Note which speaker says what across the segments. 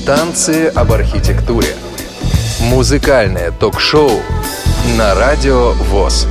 Speaker 1: Танцы об архитектуре. Музыкальное ток-шоу на Радио ВОС.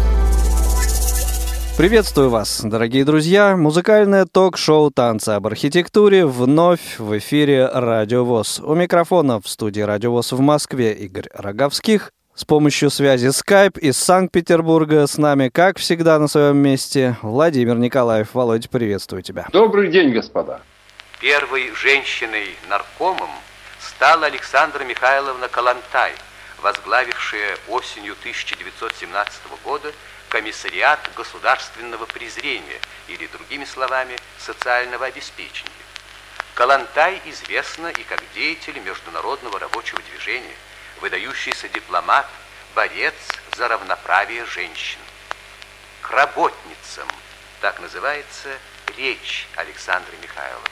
Speaker 2: Приветствую вас, дорогие друзья! Музыкальное ток-шоу «Танцы об архитектуре» вновь в эфире Радио ВОС. У микрофона в студии Радио ВОС в Москве Игорь Роговских. С помощью связи Skype из Санкт-Петербурга с нами, как всегда, на своем месте Владимир Николаев. Володя, приветствую тебя.
Speaker 3: Добрый день, господа.
Speaker 4: Первой женщиной-наркомом стала Александра Михайловна Калантай, возглавившая осенью 1917 года комиссариат государственного презрения, или, другими словами, социального обеспечения. Калантай известна и как деятель международного рабочего движения, выдающийся дипломат, борец за равноправие женщин. К работницам, так называется речь Александры Михайловны.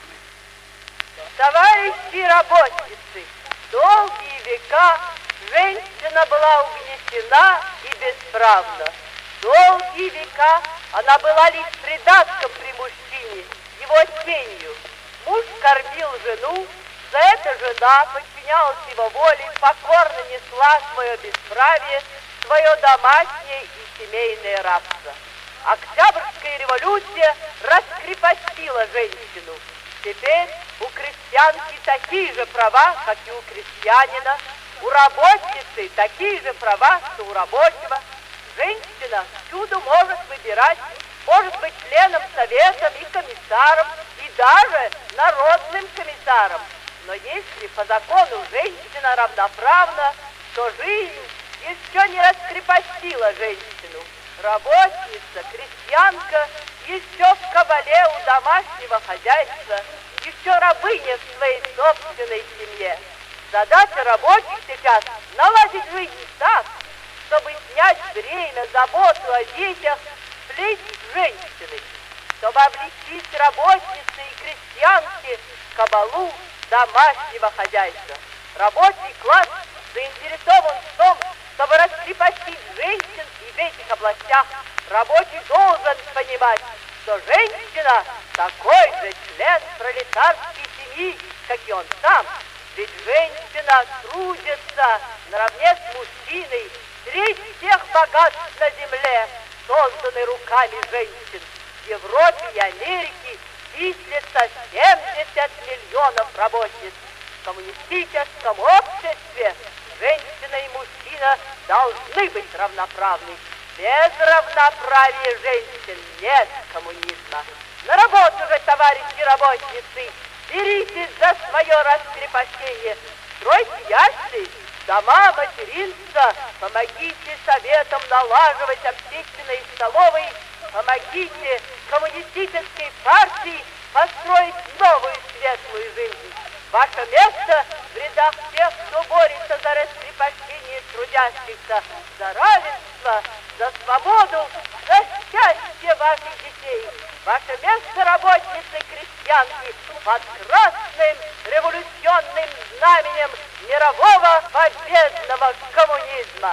Speaker 5: Товарищи работницы, долгие века женщина была угнетена и бесправна. Долгие века она была лишь придатком при мужчине, его тенью. Муж кормил жену, за это жена подчинялась его воле, покорно несла свое бесправие, свое домашнее и семейное рабство. Октябрьская революция раскрепостила женщину. Теперь у крестьянки такие же права, как и у крестьянина, у работницы такие же права, что у рабочего. Женщина всюду может выбирать, может быть членом совета и комиссаром, и даже народным комиссаром. Но если по закону женщина равноправна, то жизнь еще не раскрепостила женщину. Работница, крестьянка еще в кабале у домашнего хозяйства, еще рабыня в своей собственной семье. Задача рабочих сейчас наладить жизнь так, чтобы снять время, заботу о детях с плеч женщины, чтобы облегчить работницы и крестьянки кабалу домашнего хозяйства. Рабочий класс заинтересован в том, чтобы раскрепостить женщин и в этих областях. Рабочий должен понимать, что женщина такой же член пролетарской семьи, как и он сам. Ведь женщина трудится наравне с мужчиной. Треть всех богатств на земле созданы руками женщин. В Европе и Америке числится 70 миллионов работниц. В коммунистическом обществе женщина и мужчина должны быть равноправны. Без равноправия женщин нет коммунизма. На работу же, товарищи работницы, беритесь за свое раскрепощение. Стройте ясли, дома, материнства, помогите советам налаживать общественные столовые, помогите коммунистической партии построить новую светлую жизнь. Ваше место в рядах тех, кто борется за раскрепощение трудящихся, за равенство, за свободу, за счастье ваших детей. Ваше место работницы крестьянки под красным революционным знаменем мирового победного коммунизма.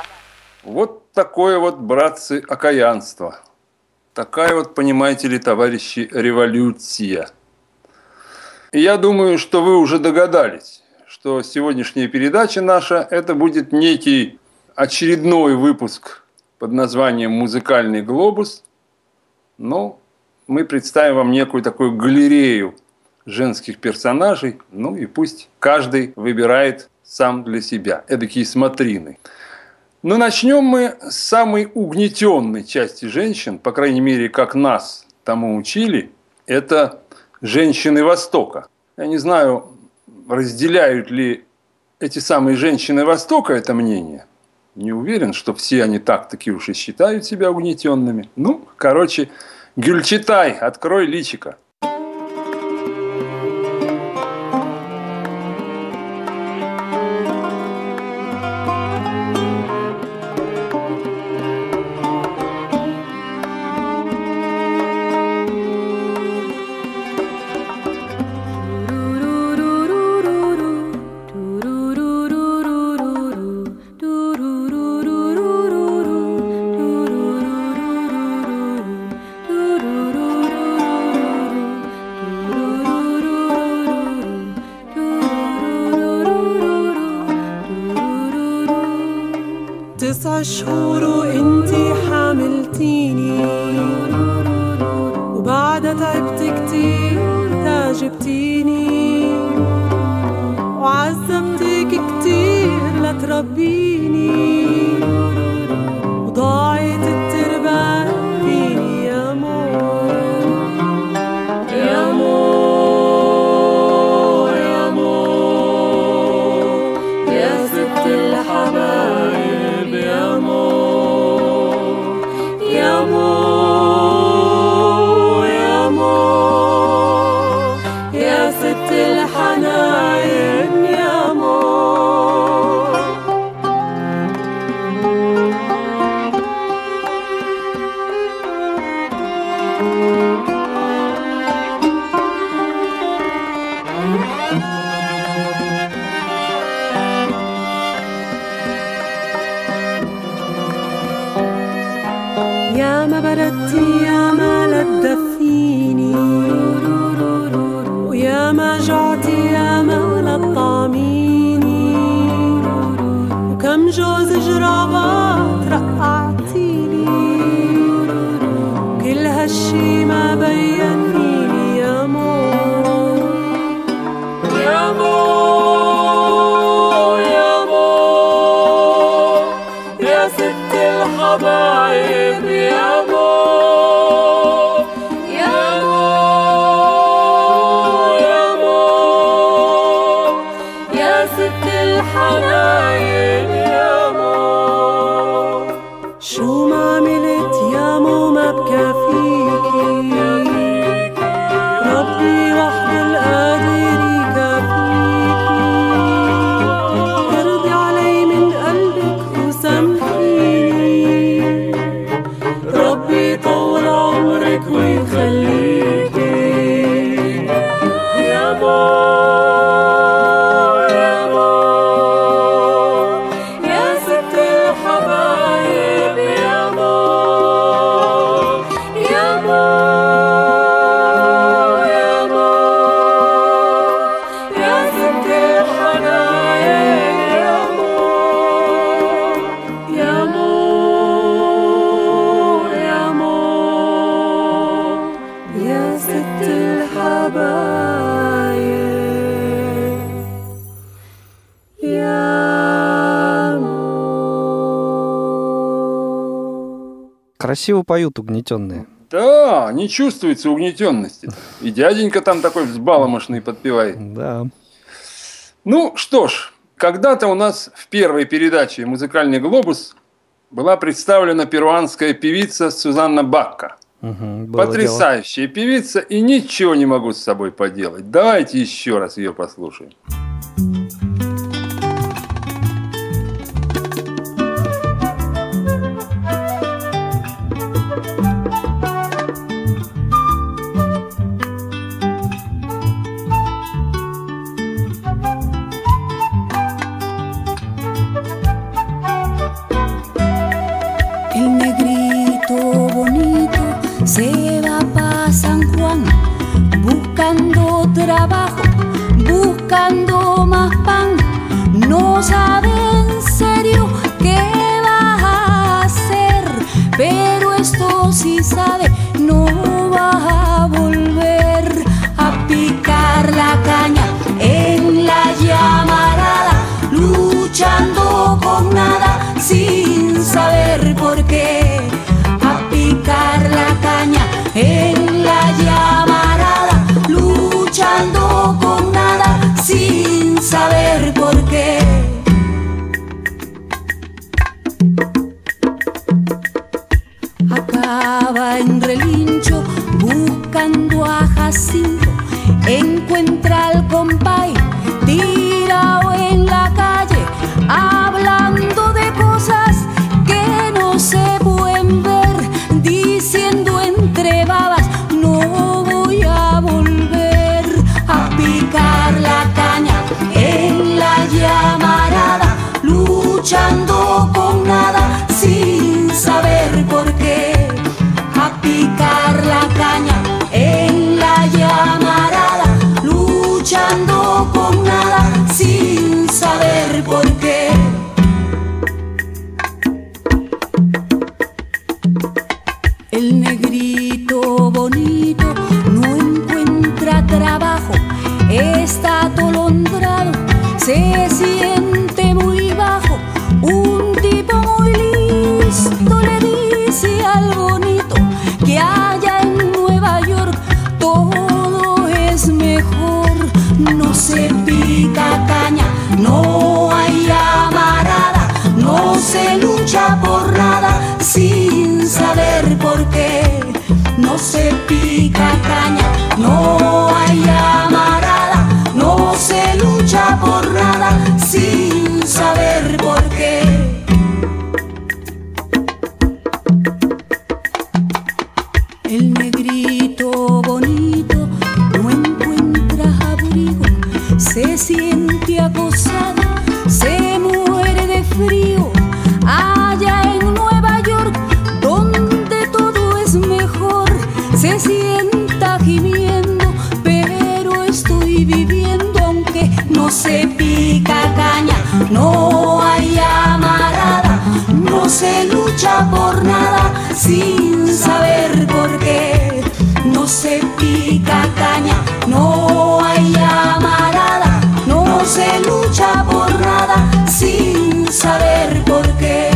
Speaker 3: Вот такое вот, братцы, окаянство. Такая вот, понимаете ли, товарищи, революция. И я думаю, что вы уже догадались, что сегодняшняя передача наша – это будет некий очередной выпуск под названием «Музыкальный глобус». Но мы представим вам некую такую галерею женских персонажей, ну и пусть каждый выбирает сам для себя, эдакие смотрины. Но начнем мы с самой угнетенной части женщин, по крайней мере, как нас тому учили, это женщины Востока. Я не знаю, разделяют ли эти самые женщины Востока это мнение. Не уверен, что все они так-таки уж и считают себя угнетенными. Ну, короче, Гюльчатай, открой личико.
Speaker 6: شهور وانتي حاملتيني، وبعد تعبت كتير تعجبتيني، وعذبتك كتير لتربيني، وضاعت التربة فيني يا مور يا مور يا مور يا ست الحبايب يا مور يا مور يا مور يا ست الحناين يا مور. يا ما بردتي يا ما لتدفيني، ويا ما جعتي يا ما لتطعميني، وكم جوز جرابات رقعتيني، وكل هالشي ما بين فيني يا مور يا مور يا مور يا ست الحبايب يا مور يا مور يا مور يا ست الحناين يا مور. شو ما عملت يا مو ما بكافيكي، ربي وحده القادر يكافيكي، ارضي علي من قلبك وسامحيني، ربي طول عمرك ويخليكي يا مور يا مور يا ست الحبايب يا مور يا مور يا مور يا ست الحناين يا مور يا مور يا مور يا ست الحبايب يا مور.
Speaker 2: Красиво поют угнетенные.
Speaker 3: Да, не чувствуется угнетенности. И дяденька там такой взбаломошный подпевает.
Speaker 2: Да.
Speaker 3: Ну что ж, когда-то у нас в первой передаче «Музыкальный глобус» была представлена перуанская певица Сузанна Бакка.
Speaker 2: Мгм, было
Speaker 3: Потрясающая певица, и ничего не могу с собой поделать. Давайте еще раз ее послушаем.
Speaker 7: El negrito bonito se va pa' San Juan buscando trabajo, buscando más pan. No sabe en serio qué va a hacer, pero esto sí sabe, no va a volver a picar la caña en la llamarada, luchando con nada sin saber por qué. A picar la caña en la llamarada, luchando con nada sin saber por qué. Acaba en Relincho buscando a Jacinto, encuentra al compay tirado en la calle, hablando de cosas que no se pueden ver, diciendo entre babas, no voy a volver a picar la caña en la llamarada, luchando con nada sin saber por qué. A picar la caña en la llamarada, luchando con nada sin saber por qué. está atolondrado, se siente muy bajo. Un tipo muy listo le dice al bonito que allá en Nueva York todo es mejor. No se pica caña, no hay amarada, no se lucha por nada sin saber por qué. No se pica caña, no hay amarada, no se lucha por nada sin saber por qué. El negrito bonito no encuentra abrigo, se siente acosado, se muere de frío. Allá en Nueva York, donde todo es mejor, se sienta gimiendo, pero estoy viviendo. Aunque no se pica caña, no hay amarada, no se lucha por nada sin saber por qué. No se pica caña, no hay amarada, no se lucha por nada sin saber por qué.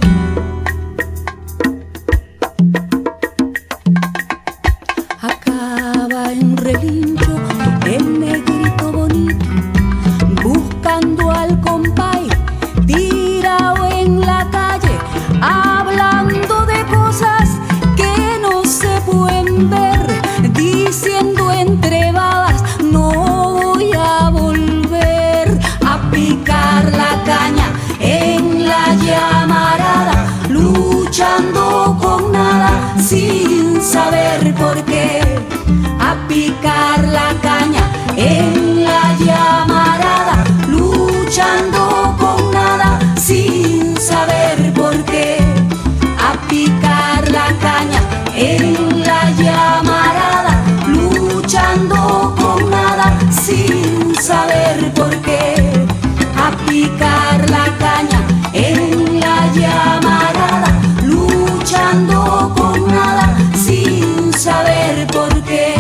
Speaker 7: Acaba en relincho el negrito bonito, buscando al compay, tirado en la calle, hablando de cosas que no se pueden ver, diciendo entre babas: no voy a volver a picar la caña en la llamarada, luchando con nada sin saber por qué. A picar la caña en la llamarada, luchando con nada sin saber por qué. A picar la caña en la llamarada, luchando con nada sin saber por qué. A picar la caña en la llamarada, luchando con nada sin saber por qué.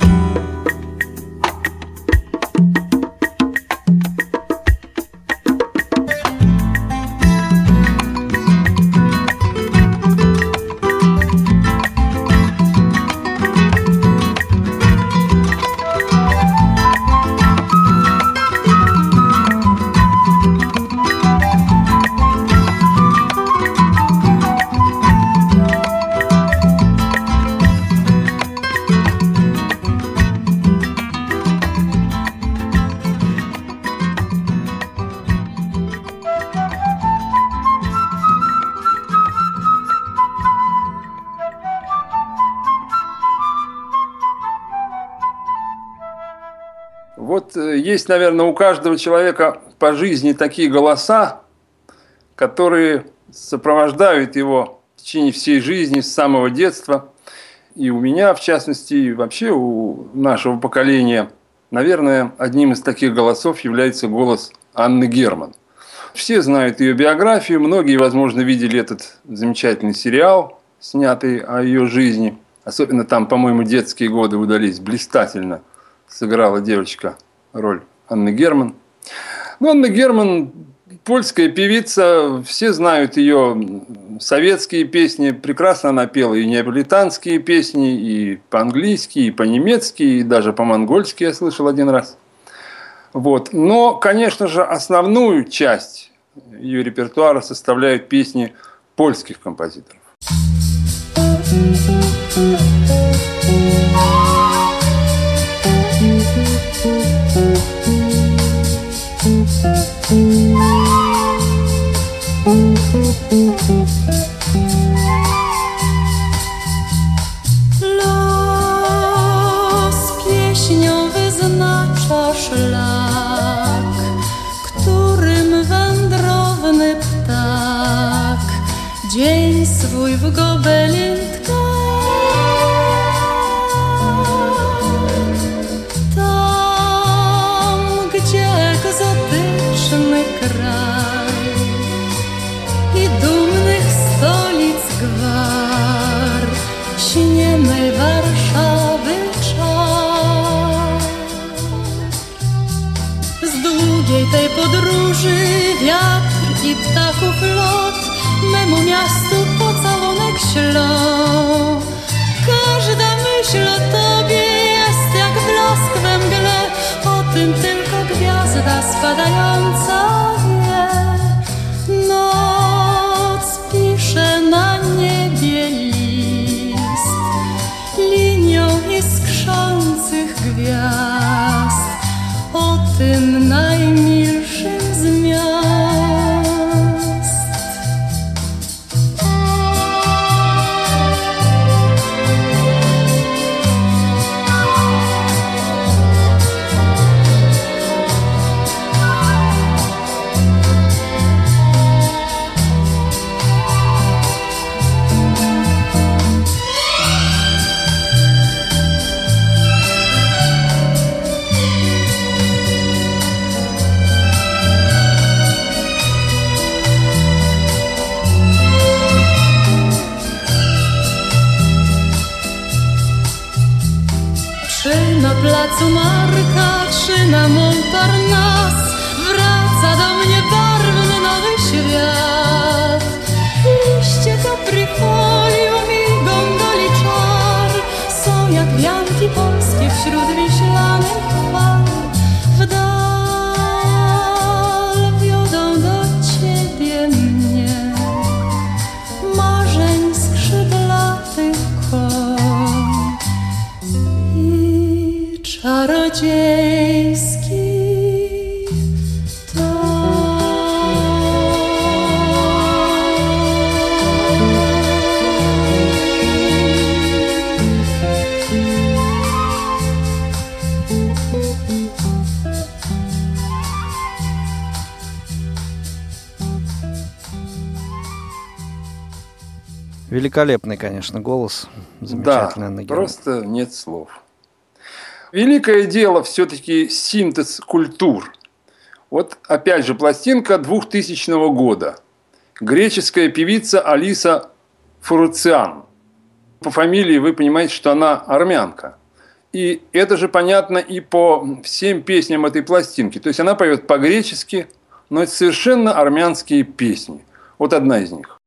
Speaker 3: Вот есть, наверное, у каждого человека по жизни такие голоса, которые сопровождают его в течение всей жизни, с самого детства. И у меня, в частности, и вообще у нашего поколения, наверное, одним из таких голосов является голос Анны Герман. Все знают ее биографию, многие, возможно, видели этот замечательный сериал, снятый о ее жизни. Особенно там, по-моему, детские годы удались блистательно. Сыграла девочка роль Анны Герман. Ну, Анна Герман – польская певица, все знают ее советские песни. Прекрасно она пела и неаполитанские песни, и по-английски, и по-немецки, и даже по-монгольски я слышал один раз. Вот. Но, конечно же, основную часть ее репертуара составляют песни польских композиторов.
Speaker 8: Los pieśnią wyznacza szlak, którym wędrowny ptak dzień swój w gobelin tka. Tam, gdzie egzotyczny kraj i dumnych stolic gwar, śniemy Warszawy czar. długiej tej podróży wiatr i ptaków lot memu miastu pocałunek ślą. Każda myśl o tobie jest jak blask we mgle, o tym tylko gwiazda spadająca wie. Noc pisze na niebie list linią iskrzących gwiazd, o tym najmilszym z miast. Na placu Marka czy na Montparnasse wraca do mnie barwny nowy świat. Liście kaprifolium i gondoli czar są jak wianki polskie wśród wiślanych fal. W dal wiodą do ciebie mnie marzeń skrzydlatych koń. Czarodziejski
Speaker 2: Великолепный, конечно, голос. Замечательная
Speaker 3: Да, просто нет слов. Великое дело все-таки синтез культур. Вот опять же пластинка 2000 года. Греческая певица Алиса Фуруциан. По фамилии вы понимаете, что она армянка. И это же понятно и по всем песням этой пластинки. То есть она поет по-гречески, но это совершенно армянские песни. Вот одна из них.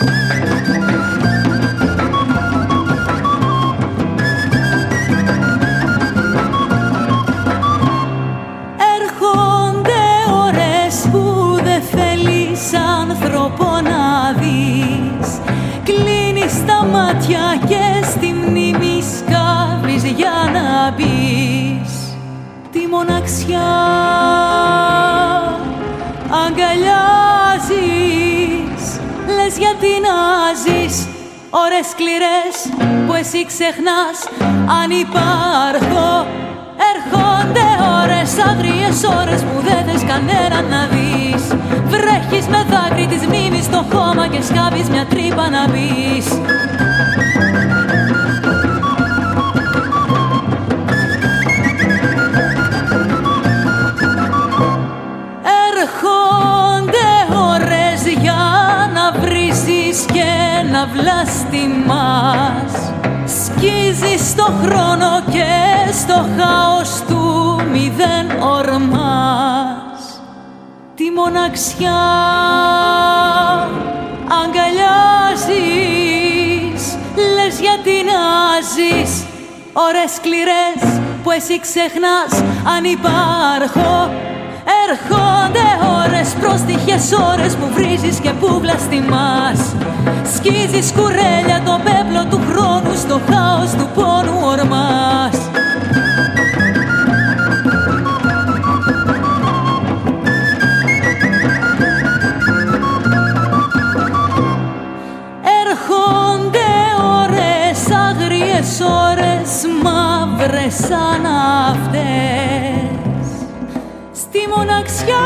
Speaker 7: Άνθρωπο να δεις, κλείνεις τα μάτια και στη μνήμη σκάβεις για να μπεις. Τη μοναξιά αγκαλιάζεις, λες γιατί να ζεις ώρες σκληρές που εσύ ξεχνάς. Αν υπάρχω έρχονται ώρες, άγριες ώρες που δεν θες κανένα να δεις. Βρέχεις με δάκρυ της μνήμης στο χώμα και σκάβεις μια τρύπα να μπεις. Έρχονται ώρες για να βρίζεις και να βλαστημάς. Σκίζεις στο χρόνο και στο χάος του μηδέν ορμάς. Τη μοναξιά αγκαλιάζεις, λες γιατί να ζεις ώρες σκληρές που εσύ ξεχνάς. Αν υπάρχω έρχονται ώρες, πρόστιχες ώρες που βρίζεις και που βλαστημάς. Σκίζεις κουρέλια το πέπλο του χρόνου, στο χάος του πόνου ορμάς. Έρχονται ώρες, άγριες ώρες, μαύρες σαν αυτές. Στη μοναξιά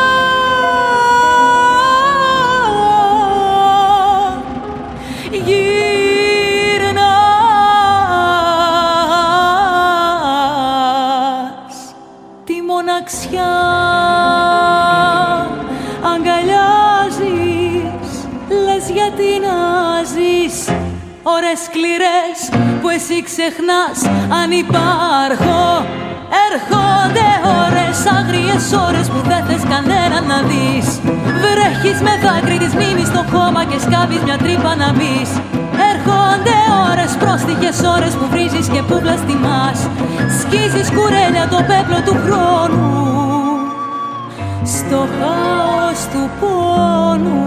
Speaker 7: γυρνάς. Τη μοναξιά αγκαλιάζεις, λες γιατί να ζεις ώρες σκληρές που εσύ ξεχνάς. Αν υπάρχω έρχονται ώρες, άγριες ώρες που δεν
Speaker 8: έχεις κάποιος μια τρύπα να μπεις. Έρχονται ώρες, πρόστιχες ώρες που βρίζεις και που βλαστημάς. Σκίζεις κουρέλια το πέπλο του χρόνου στο χάος του πόνου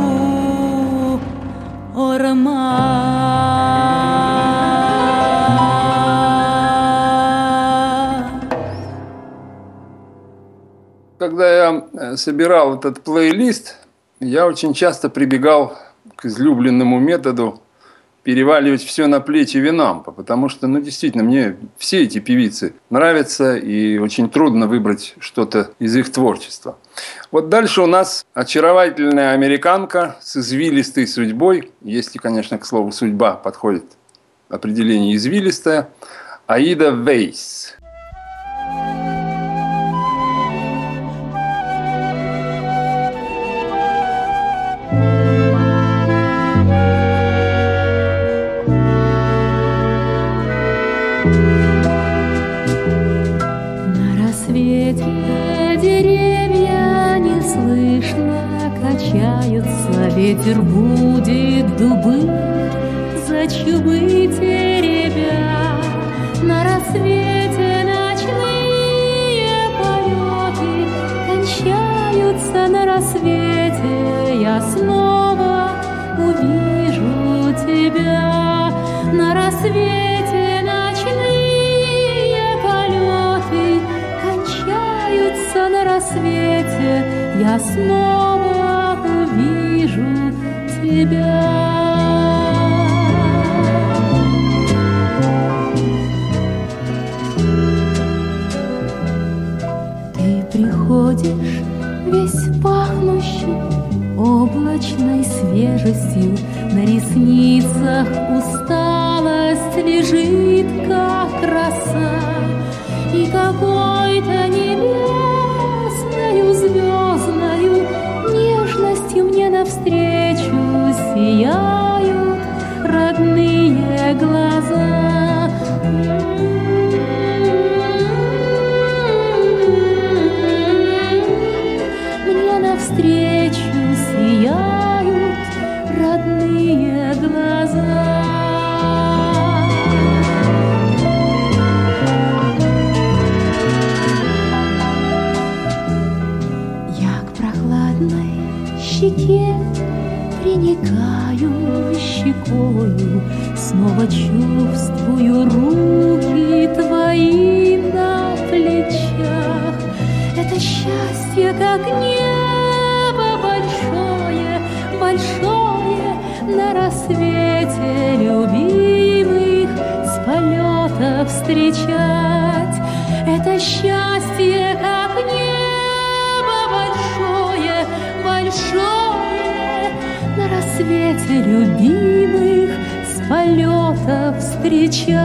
Speaker 3: Когда я собирал этот плейлист, я очень часто прибегал к излюбленному методу переваливать все на плечи Винампа, потому что, действительно, мне все эти певицы нравятся, и очень трудно выбрать что-то из их творчества. Вот дальше у нас очаровательная американка с извилистой судьбой, если, конечно, к слову «судьба» подходит определение «извилистая», Аида Вейс.
Speaker 8: Ветер будет дубы за чубы теребя. На рассвете ночные полеты кончаются. На рассвете я снова увижу тебя. На рассвете ночные полеты кончаются. На рассвете я снова увижу тебя. Ты приходишь весь пахнущий облачной свежестью. На ресницах усталость лежит, как роса, и какой-то небесною звездною нежностью мне навстречу сияют родные глаза. Мне навстречу сияют родные глаза. Я к прохладной щеке приникаю щекою, снова чувствую руки твои на плечах. Это счастье, как небо большое, большое, на рассвете любимых с полета встречать. Это счастье, как небо большое, большое, на рассвете любимых с полета встречать.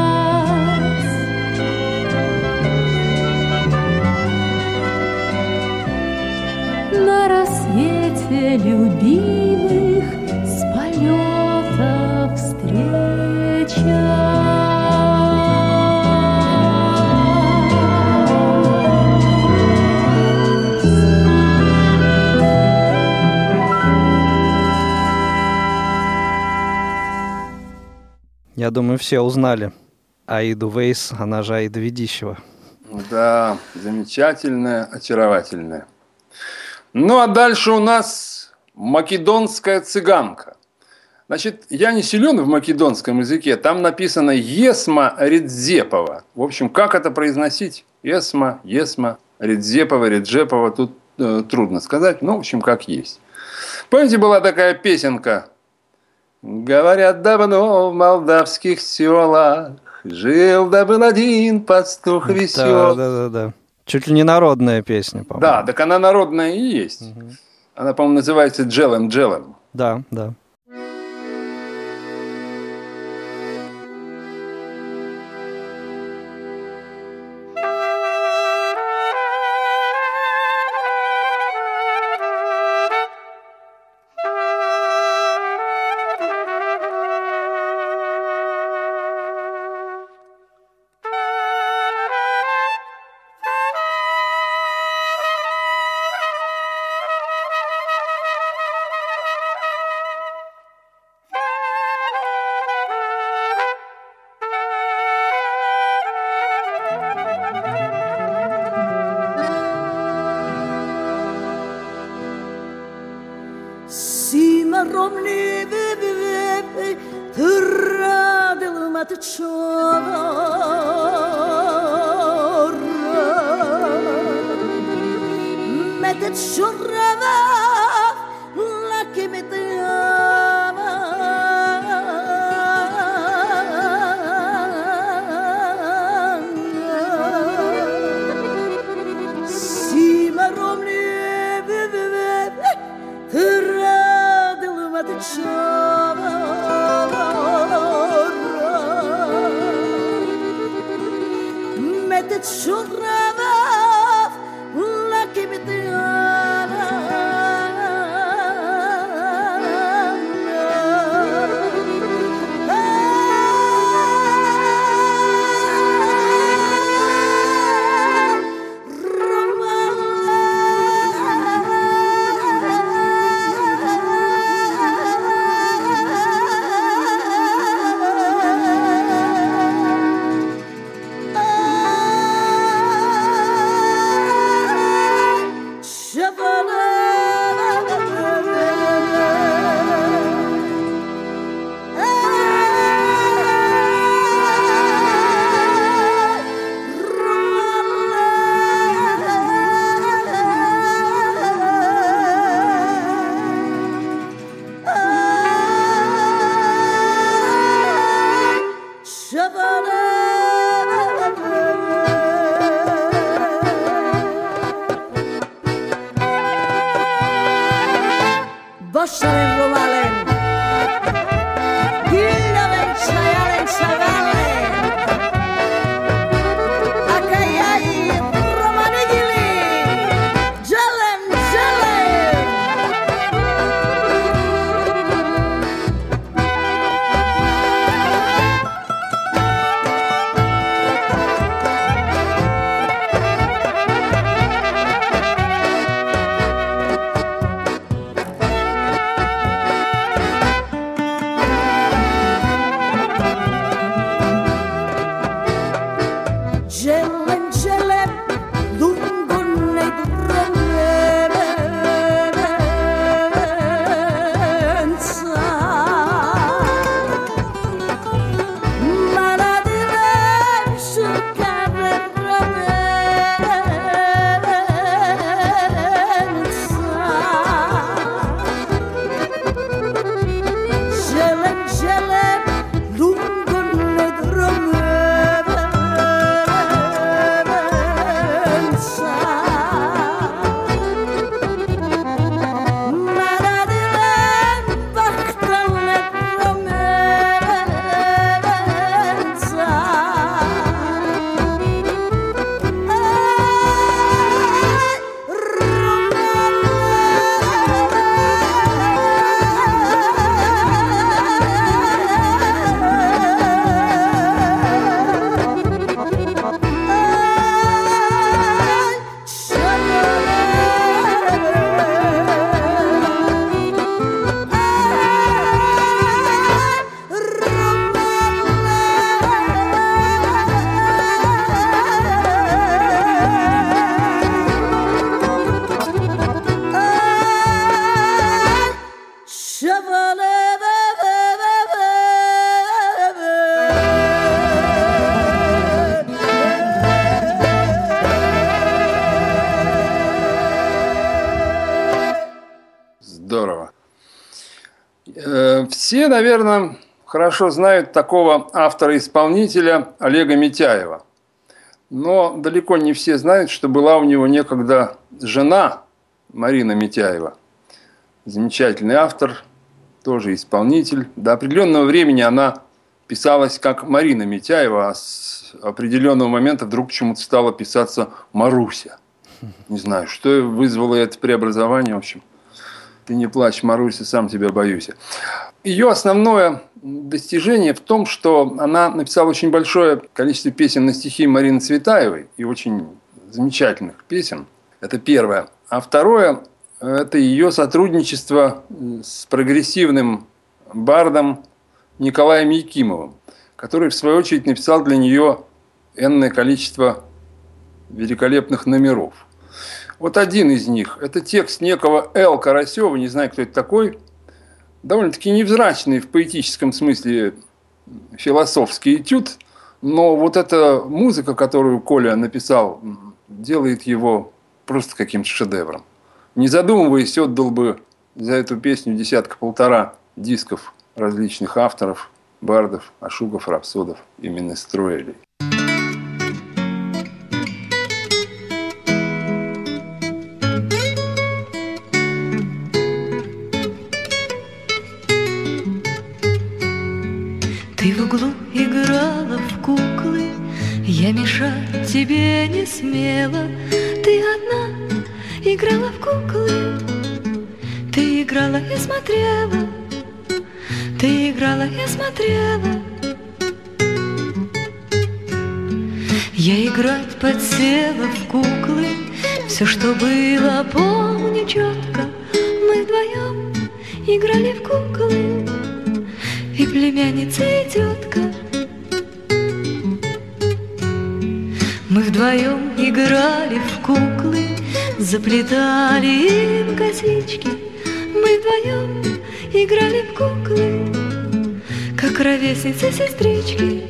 Speaker 8: На рассвете любимых с полета встречать.
Speaker 2: Я думаю, все узнали Аиду Вейс, она же Аида Ведищева.
Speaker 3: Да, замечательная, очаровательная. Ну, а дальше у нас македонская цыганка. Значит, я не силен в македонском языке. Там написано Есма Редзепова. В общем, как это произносить? Есма, Редзепова, Реджепова. Тут трудно сказать. Ну, в общем, как есть. Помните, была такая песенка? Говорят, давно в молдавских селах жил да был один пастух весел.
Speaker 2: Да. Чуть ли не народная песня, по-моему.
Speaker 3: Да, так она народная и есть. Угу. Она, по-моему, называется «Джелем Джелем».
Speaker 2: Да.
Speaker 3: Все, наверное, хорошо знают такого автора-исполнителя Олега Митяева. Но далеко не все знают, что была у него некогда жена Марина Митяева. Замечательный автор, тоже исполнитель. До определенного времени она писалась как Марина Митяева, а с определенного момента вдруг почему-то стала писаться Маруся. Не знаю, что вызвало это преобразование, в общем. Ты не плачь, Маруся, сам тебя боюсь. Ее основное достижение в том, что она написала очень большое количество песен на стихи Марины Цветаевой и очень замечательных песен. Это первое. А второе – это ее сотрудничество с прогрессивным бардом Николаем Якимовым, который, в свою очередь, написал для нее энное количество великолепных номеров. Вот один из них – это текст некого Л. Карасева, не знаю, кто это такой, довольно-таки невзрачный в поэтическом смысле философский этюд, но вот эта музыка, которую Коля написал, делает его просто каким-то шедевром. Не задумываясь, отдал бы за эту песню 10-1.5 дисков различных авторов, бардов, ашугов, рапсодов и менеструэлей.
Speaker 8: Ты в углу играла в куклы, я мешать тебе не смела. Ты одна играла в куклы, ты играла и смотрела, ты играла и смотрела. Я играть подсела в куклы, все, что было, помню четко. Мы вдвоем играли в куклы, и племянница, и тетка. Мы вдвоем играли в куклы, заплетали им косички. Мы вдвоем играли в куклы, как ровесницы-сестрички.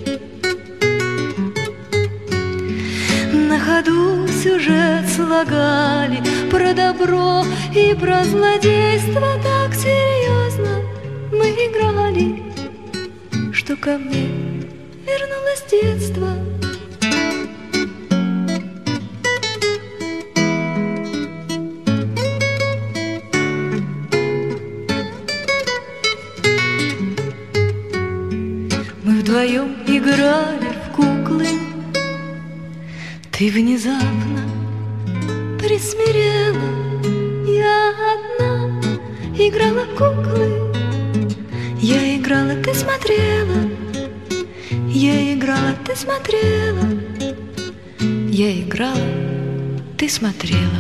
Speaker 8: На ходу сюжет слагали про добро и про злодейство. Так серьезно мы играли, что ко мне вернулось детство. Мы вдвоем играли в куклы, ты внезапно присмирела. Я одна играла в куклы, я играла, ты смотрела. Я играла, ты смотрела. Я играла, ты смотрела.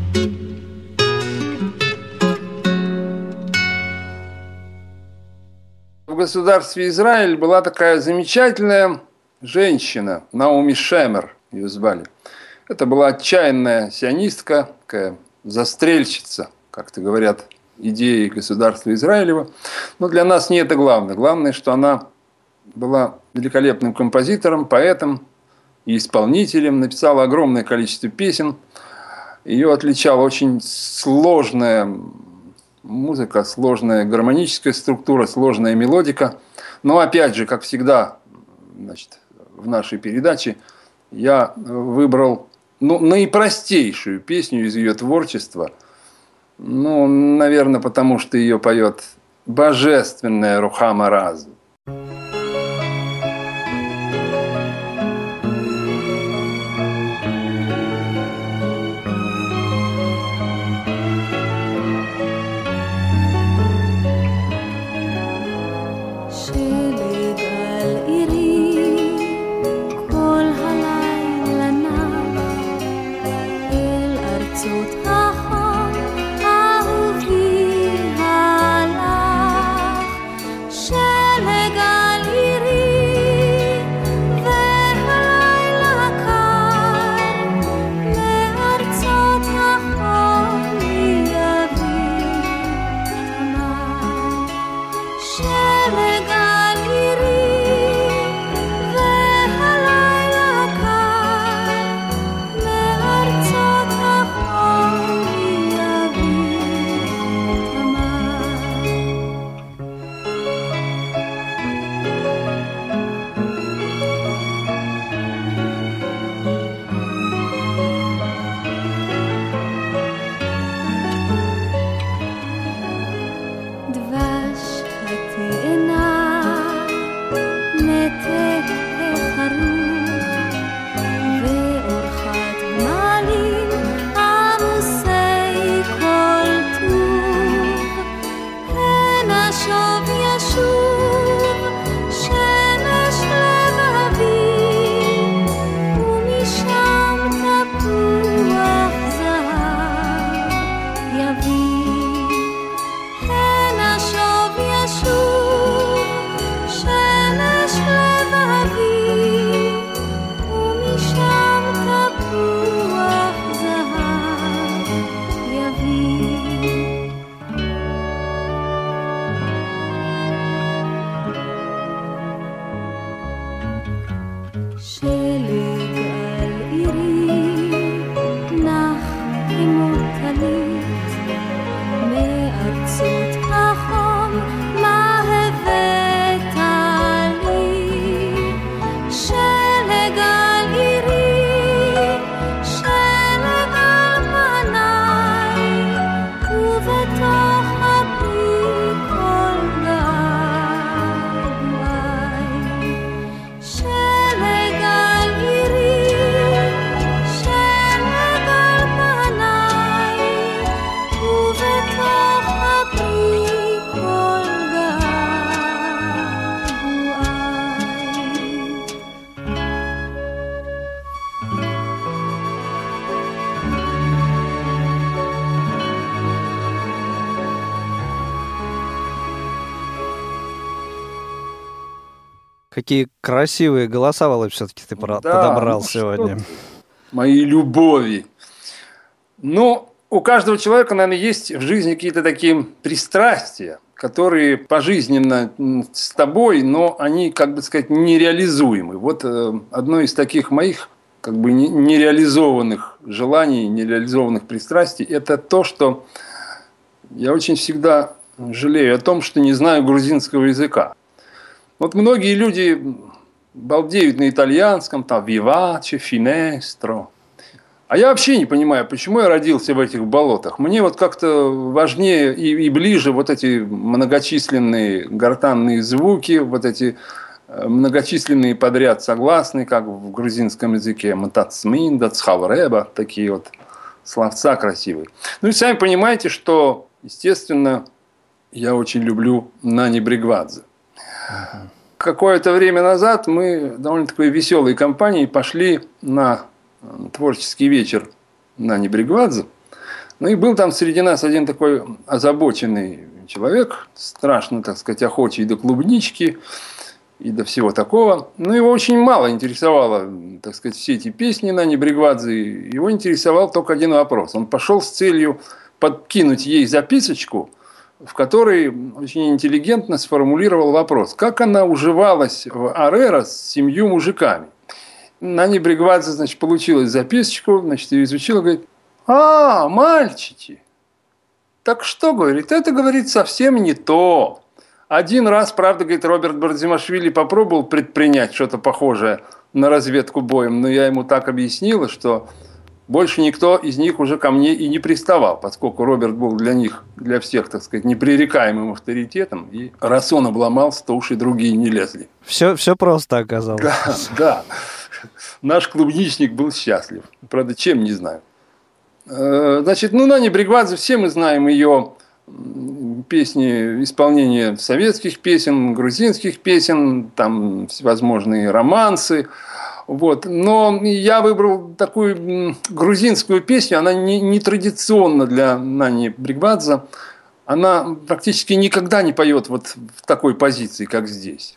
Speaker 3: В государстве Израиль была такая замечательная женщина, Наоми Шемер ее звали. Это была отчаянная сионистка, такая застрельщица, как-то говорят, идеи государства Израилева. Но для нас не это главное. Главное, что она была великолепным композитором, поэтом и исполнителем, написала огромное количество песен. Ее отличала очень сложная музыка, сложная гармоническая структура, сложная мелодика. Но опять же, как всегда, значит, в нашей передаче, я выбрал наипростейшую песню из ее творчества. Наверное, потому что ее поет божественная Рухама Разу.
Speaker 7: Holy
Speaker 2: Какие красивые голоса, Володь, все-таки ты подобрал сегодня.
Speaker 3: Мои любови. Ну, у каждого человека, наверное, есть в жизни какие-то такие пристрастия, которые пожизненно с тобой, но они, как бы сказать, нереализуемы. Вот одно из таких моих как бы нереализованных желаний, нереализованных пристрастий – это то, что я очень всегда жалею о том, что не знаю грузинского языка. Вот многие люди балдеют на итальянском, там «виваче», «финестро». А я вообще не понимаю, почему я родился в этих болотах. Мне вот как-то важнее и ближе вот эти многочисленные гортанные звуки, вот эти многочисленные подряд согласные, как в грузинском языке, «матацмин», «дацхавреба», такие вот словца красивые. Ну и сами понимаете, что, естественно, я очень люблю Нани Бригвадзе. Какое-то время назад мы довольно такой веселой компанией пошли на творческий вечер Нани Бригвадзе. Ну и был там среди нас один такой озабоченный человек, страшно, так сказать, охочий до клубнички и до всего такого. Но его очень мало интересовало, так сказать, все эти песни Нани Бригвадзе. Его интересовал только один вопрос. Он пошел с целью подкинуть ей записочку, в которой очень интеллигентно сформулировал вопрос, как она уживалась в Арера с 7 мужиками. Нани Бригвадзе, значит, получила записочку, значит, ее изучила, говорит: «А, мальчики, так что, говорит, это, говорит, совсем не то. Один раз, правда, говорит, Роберт Бардзимашвили попробовал предпринять что-то похожее на разведку боем, но я ему так объяснила, что больше никто из них уже ко мне и не приставал, поскольку Роберт был для них, для всех, так сказать, непререкаемым авторитетом, и раз он обломался, то уж и другие не лезли».
Speaker 2: Все просто оказалось.
Speaker 3: Да. Наш клубничник был счастлив. Правда, чем, не знаю. Значит, Нани Бригвадзе, все мы знаем ее песни, исполнение советских песен, грузинских песен, там всевозможные романсы. Вот. Но я выбрал такую грузинскую песню, она не традиционна для Нани Бригвадзе. Она практически никогда не поет вот в такой позиции, как здесь.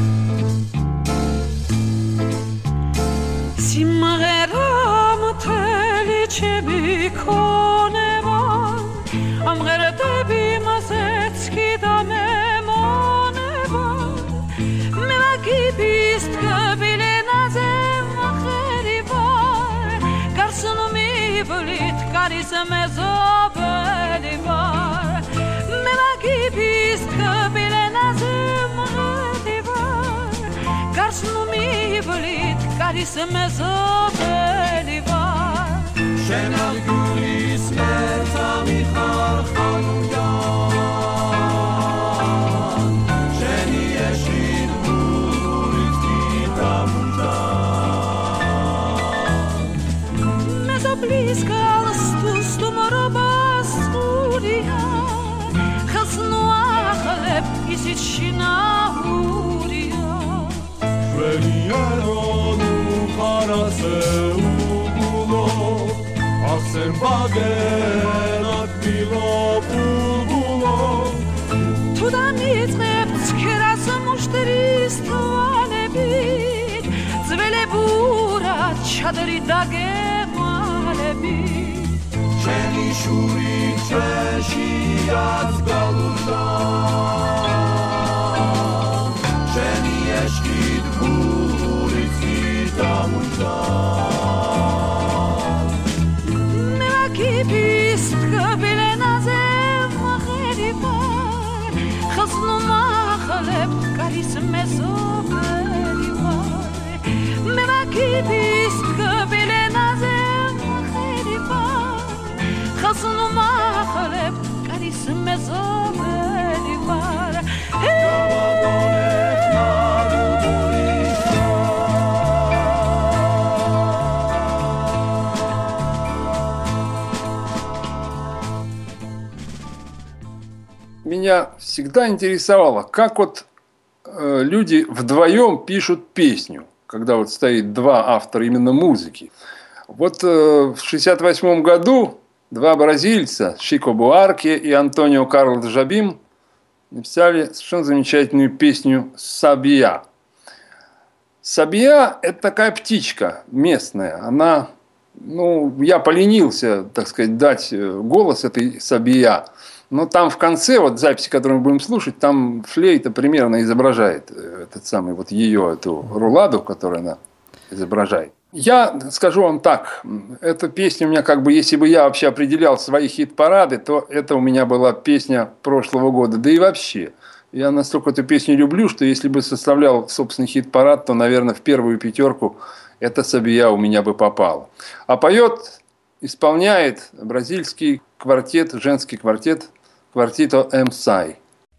Speaker 3: Меня всегда интересовало, как вот люди вдвоем пишут песню, когда вот стоит два автора именно музыки. Вот в 1968 году два бразильца, Шико Буарке и Антонио Карлос Жабим, написали совершенно замечательную песню «Сабия». Сабия – это такая птичка местная. Она, я поленился, так сказать, дать голос этой сабия. Но там в конце, вот записи, которую мы будем слушать, там флейта примерно изображает ее, эту руладу, которую она изображает. Я скажу вам так, эта песня у меня если бы я вообще определял свои хит-парады, то это у меня была песня прошлого года, да и вообще. Я настолько эту песню люблю, что если бы составлял собственный хит-парад, то, наверное, в первую 5 эта сабия у меня бы попала. А исполняет бразильский квартет, женский квартет, квартето МСАЙ.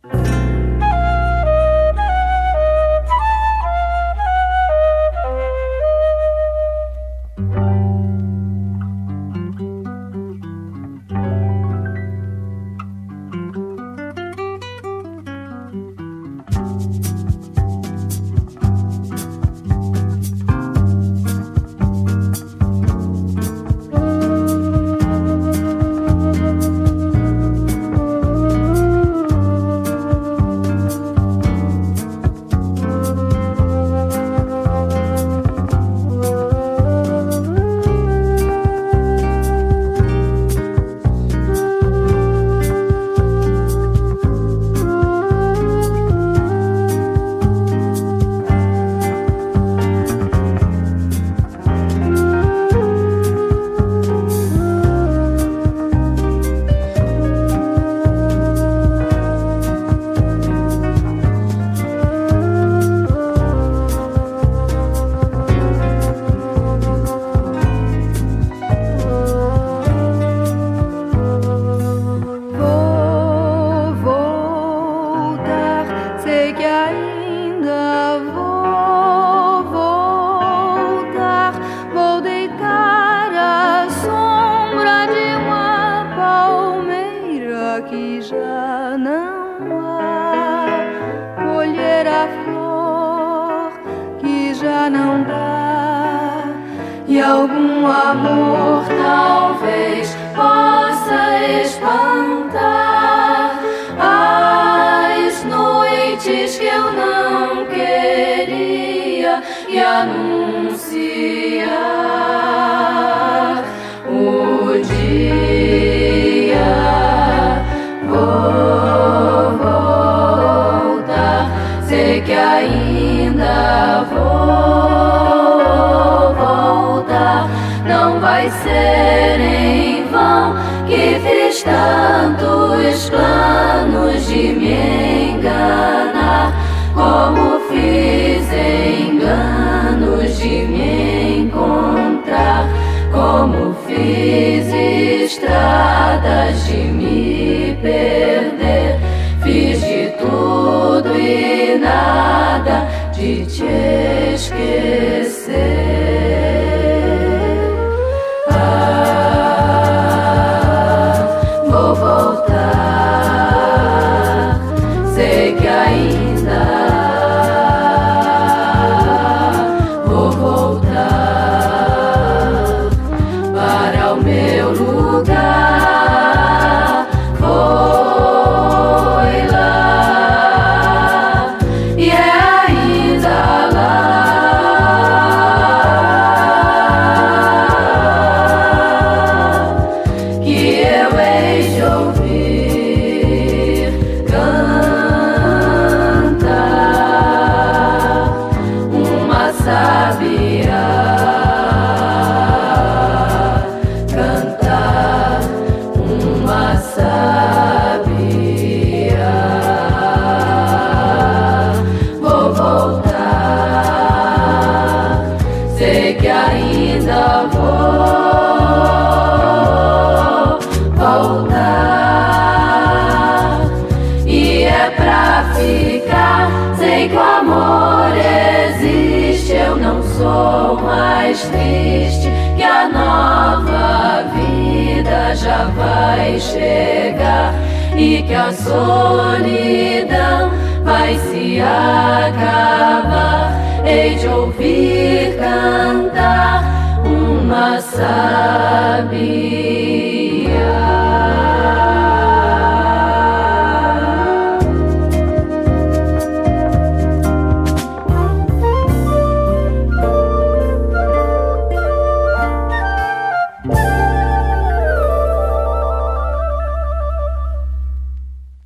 Speaker 9: Já vai chegar e que a solidão vai se acabar. Hei de ouvir cantar uma sabia.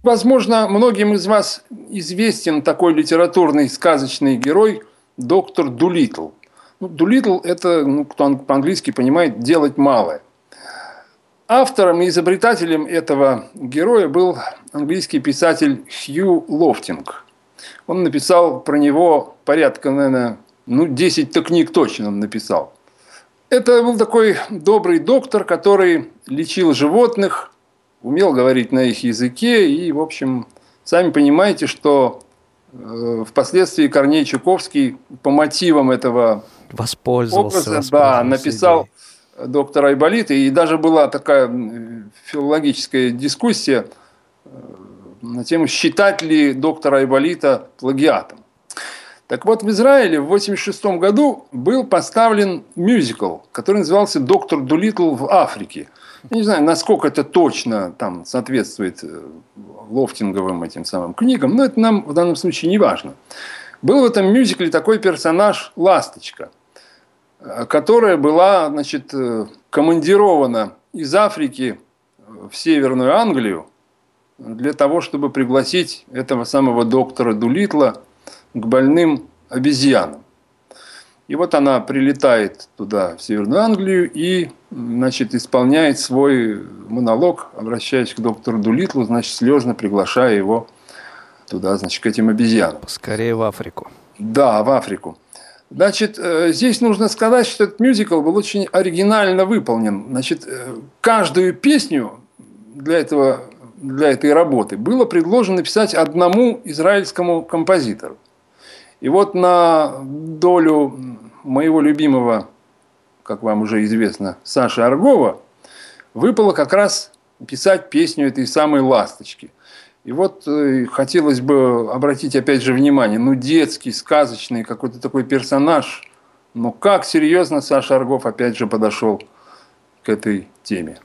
Speaker 3: Возможно, многим из вас известен такой литературный сказочный герой доктор Дулиттл. Дулиттл – это, кто по-английски понимает, делать малое. Автором и изобретателем этого героя был английский писатель Хью Лофтинг. Он написал про него порядка, наверное, 10-то книг точно он написал. Это был такой добрый доктор, который лечил животных, умел говорить на их языке. И, в общем, сами понимаете, что впоследствии Корней Чуковский по мотивам этого
Speaker 2: воспользовался
Speaker 3: написал доктора Айболита. И даже была такая филологическая дискуссия на тему, считать ли доктора Айболита плагиатом. Так вот, в Израиле в 1986 году был поставлен мюзикл, который назывался «Доктор Дулиттл в Африке». Я не знаю, насколько это точно там соответствует Лофтинговым этим самым книгам, но это нам в данном случае не важно. Был в этом мюзикле такой персонаж Ласточка, которая была, значит, командирована из Африки в Северную Англию для того, чтобы пригласить этого самого доктора Дулиттла к больным обезьянам. И вот она прилетает туда, в Северную Англию, и, значит, исполняет свой монолог, обращаясь к доктору Дулиттлу, значит, слезно приглашая его туда, значит, к этим обезьянам.
Speaker 2: Поскорее в Африку.
Speaker 3: Да, в Африку. Значит, здесь нужно сказать, что этот мюзикл был очень оригинально выполнен. Значит, каждую песню для этой работы было предложено написать одному израильскому композитору. И вот на долю моего любимого, как вам уже известно, Саши Аргова, выпало как раз писать песню этой самой «Ласточки». И вот хотелось бы обратить опять же внимание, детский, сказочный какой-то такой персонаж, но как серьезно Саша Аргов опять же подошел к этой теме.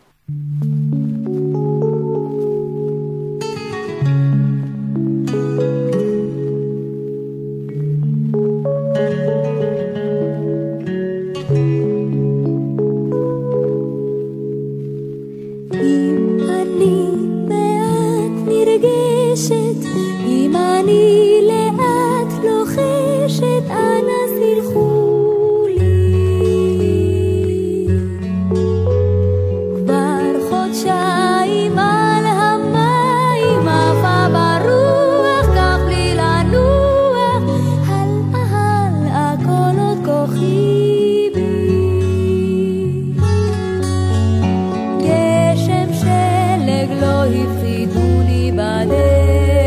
Speaker 7: אם אני לאט לוחשת אנא סלחו לי כבר חודשיים על המים עפה ברוח כך בלי לנוח הלאה כל עוד כוחי בי גשם שלג לא הפחידוני בדרך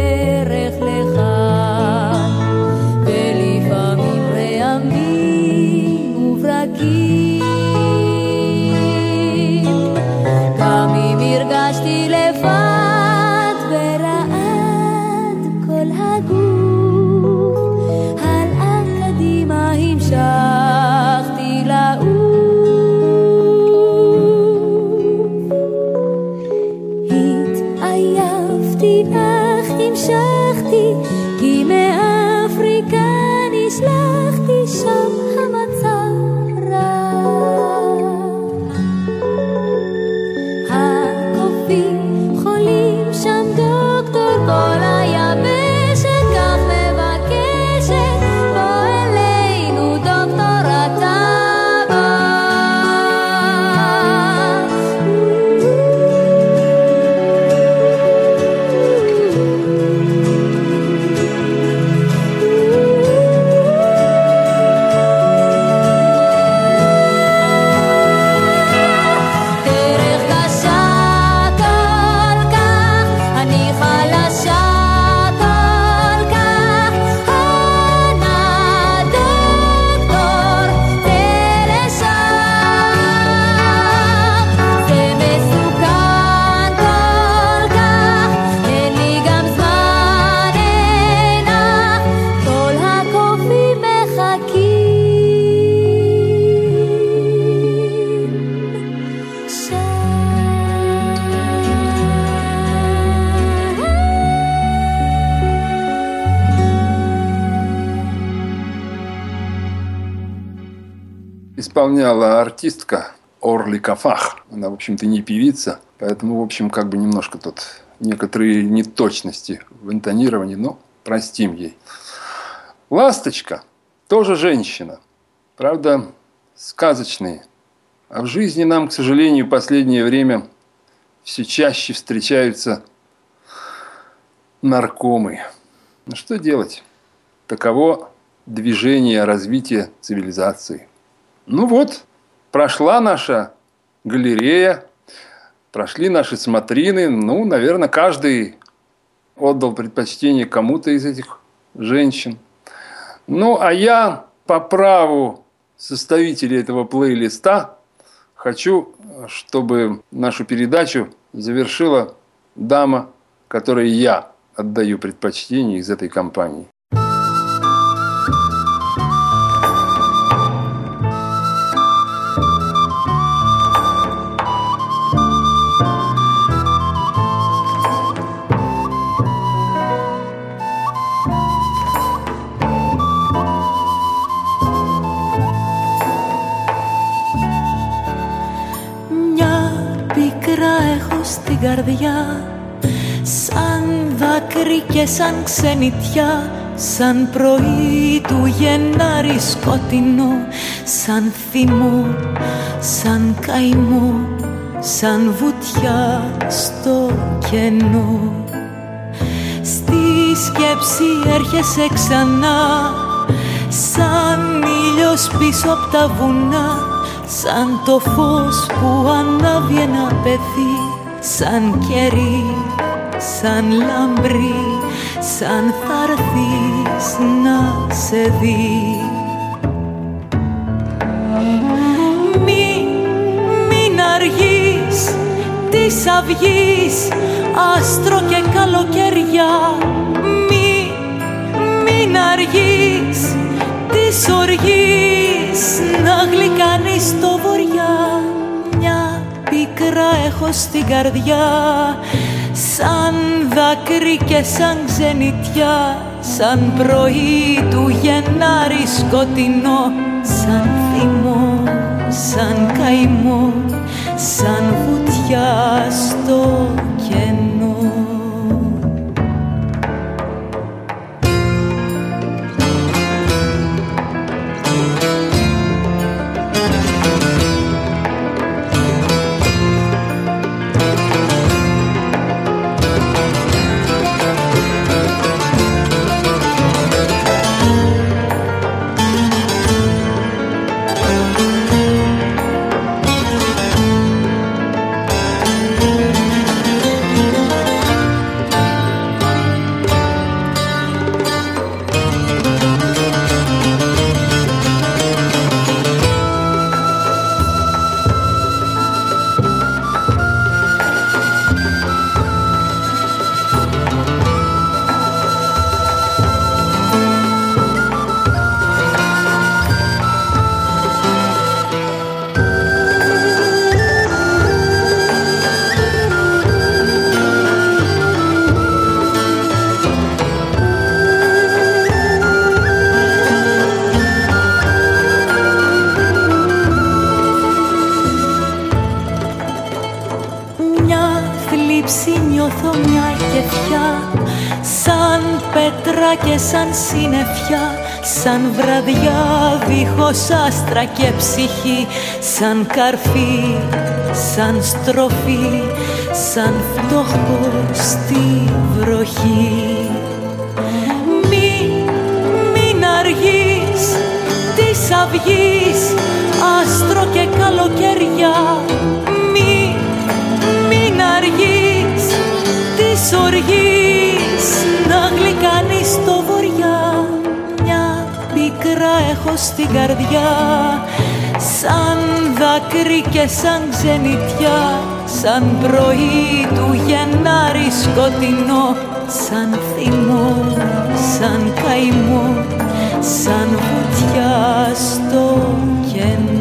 Speaker 3: Исполняла артистка Орли Кафах. Она, в общем-то, не певица, поэтому, в общем, как бы немножко тут некоторые неточности в интонировании, но простим ей. Ласточка тоже женщина, правда, сказочные. А в жизни нам, к сожалению, в последнее время все чаще встречаются наркомы. Ну что делать? Таково движение развития цивилизации. Ну вот, прошла наша галерея, прошли наши смотрины. Ну, наверное, каждый отдал предпочтение кому-то из этих женщин. Ну, а я по праву составителя этого плейлиста хочу, чтобы нашу передачу завершила дама, которой я отдаю предпочтение из этой компании.
Speaker 8: Στην καρδιά σαν δάκρυ και σαν ξενιτιά, σαν πρωί του Γενάρη σκοτεινό, σαν θυμό, σαν καημό, σαν βουτιά στο κενό. Στη σκέψη έρχεσαι ξανά, σαν ήλιος πίσω απ' τα βουνά, σαν το φως που ανάβει ένα παιδί, σαν κερί, σαν λαμπρί, σαν θα έρθεις να σε δει. Μην αργείς της αυγής, άστρο και καλοκαιριά. Μην αργείς της οργής, να γλυκάνεις το βοριά. Μια πίκρα έχω στην καρδιά, σαν δάκρυ και σαν ξενιτιά, σαν πρωί του Γενάρη σκοτεινό, σαν θυμό, σαν καημό, σαν βουτιά στο κενό. Και σαν συννεφιά, σαν βραδιά δίχως άστρα και ψυχή, σαν καρφί, σαν στροφή, σαν φτωχό στη βροχή. Μην αργείς της αυγής, άστρο και καλοκαιριά. Μην αργείς της οργής, να γλυκάνεις το βοριά. Μια πίκρα έχω στην καρδιά, σαν δάκρυ και σαν ξενιτιά, σαν πρωί του Γενάρη σκοτεινό, σαν θυμό, σαν καημό, σαν βουτιά στο κενό.